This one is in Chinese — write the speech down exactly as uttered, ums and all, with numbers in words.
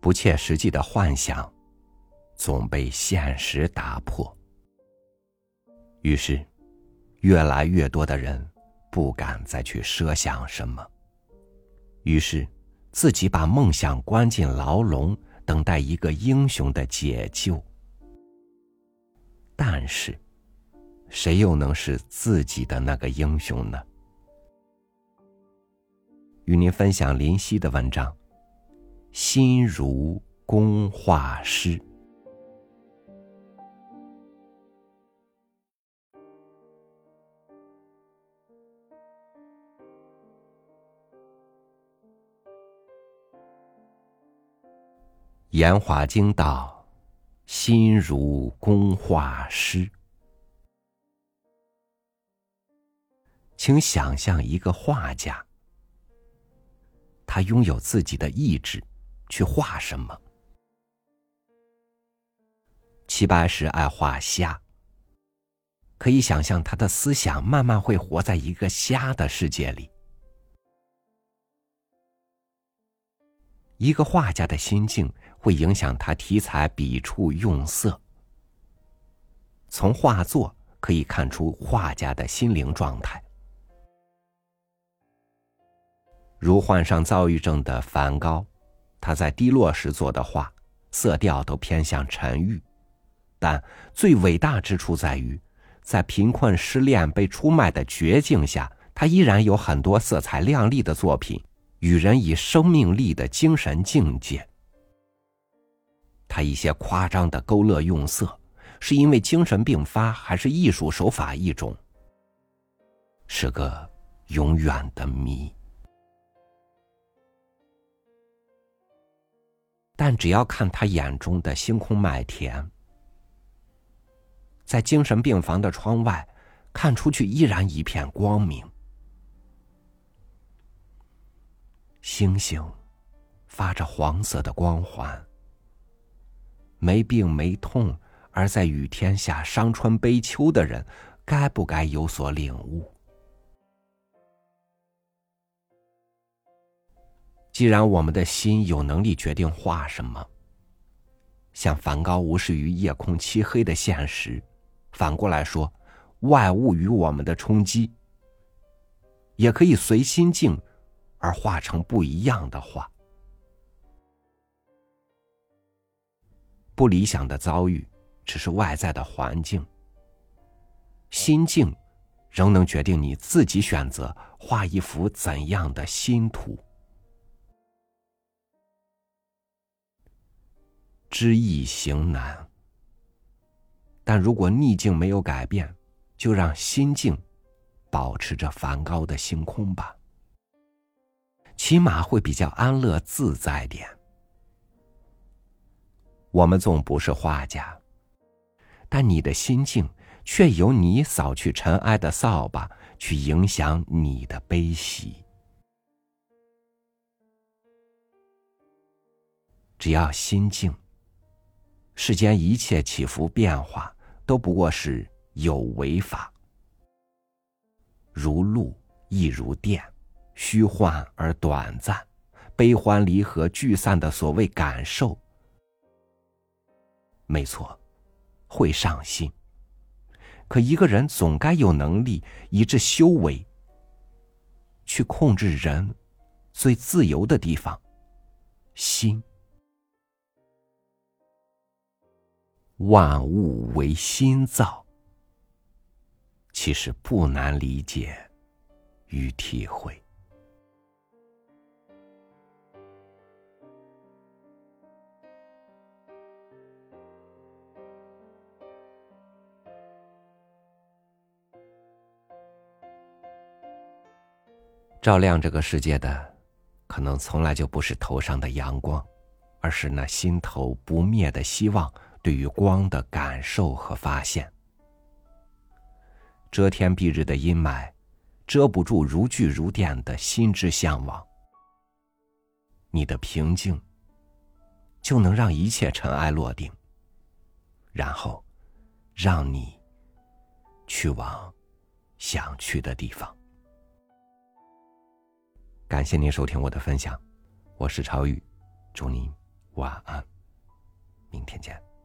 不切实际的幻想总被现实打破。于是越来越多的人不敢再去奢想什么，于是自己把梦想关进牢笼，等待一个英雄的解救。但是谁又能是自己的那个英雄呢？与您分享林夕的文章《心如工画师》。严华经道，心如工画师。请想象一个画家，他拥有自己的意志，去画什么。齐白石爱画虾，可以想象他的思想慢慢会活在一个虾的世界里。一个画家的心境会影响他题材、笔触、用色。从画作可以看出画家的心灵状态。如患上躁郁症的梵高，他在低落时做的画，色调都偏向沉郁，但最伟大之处在于，在贫困、失恋、被出卖的绝境下，他依然有很多色彩亮丽的作品，与人以生命力的精神境界。他一些夸张的勾勒用色，是因为精神病发，还是艺术手法一种，是个永远的谜。但只要看他眼中的星空麦田，在精神病房的窗外看出去依然一片光明。星星发着黄色的光环，没病没痛而在雨天下伤春悲秋的人，该不该有所领悟？既然我们的心有能力决定画什么，像梵高无视于夜空漆黑的现实，反过来说，外物与我们的冲击，也可以随心境而画成不一样的画。不理想的遭遇只是外在的环境，心境仍能决定你自己选择画一幅怎样的心图。知易行难，但如果逆境没有改变，就让心境保持着梵高的星空吧，起码会比较安乐自在点。我们纵不是画家，但你的心境却由你扫去尘埃的扫把去影响你的悲喜。只要心静，世间一切起伏变化都不过是有为法。如露亦如电，虚幻而短暂，悲欢离合聚散的所谓感受，没错，会上心。可一个人总该有能力以致修为，去控制人最自由的地方，心。万物为心造，其实不难理解与体会。照亮这个世界的，可能从来就不是头上的阳光，而是那心头不灭的希望对于光的感受和发现。遮天蔽日的阴霾，遮不住如炬如电的心之向往。你的平静，就能让一切尘埃落定，然后让你去往想去的地方。感谢您收听我的分享，我是超宇，祝您晚安，明天见。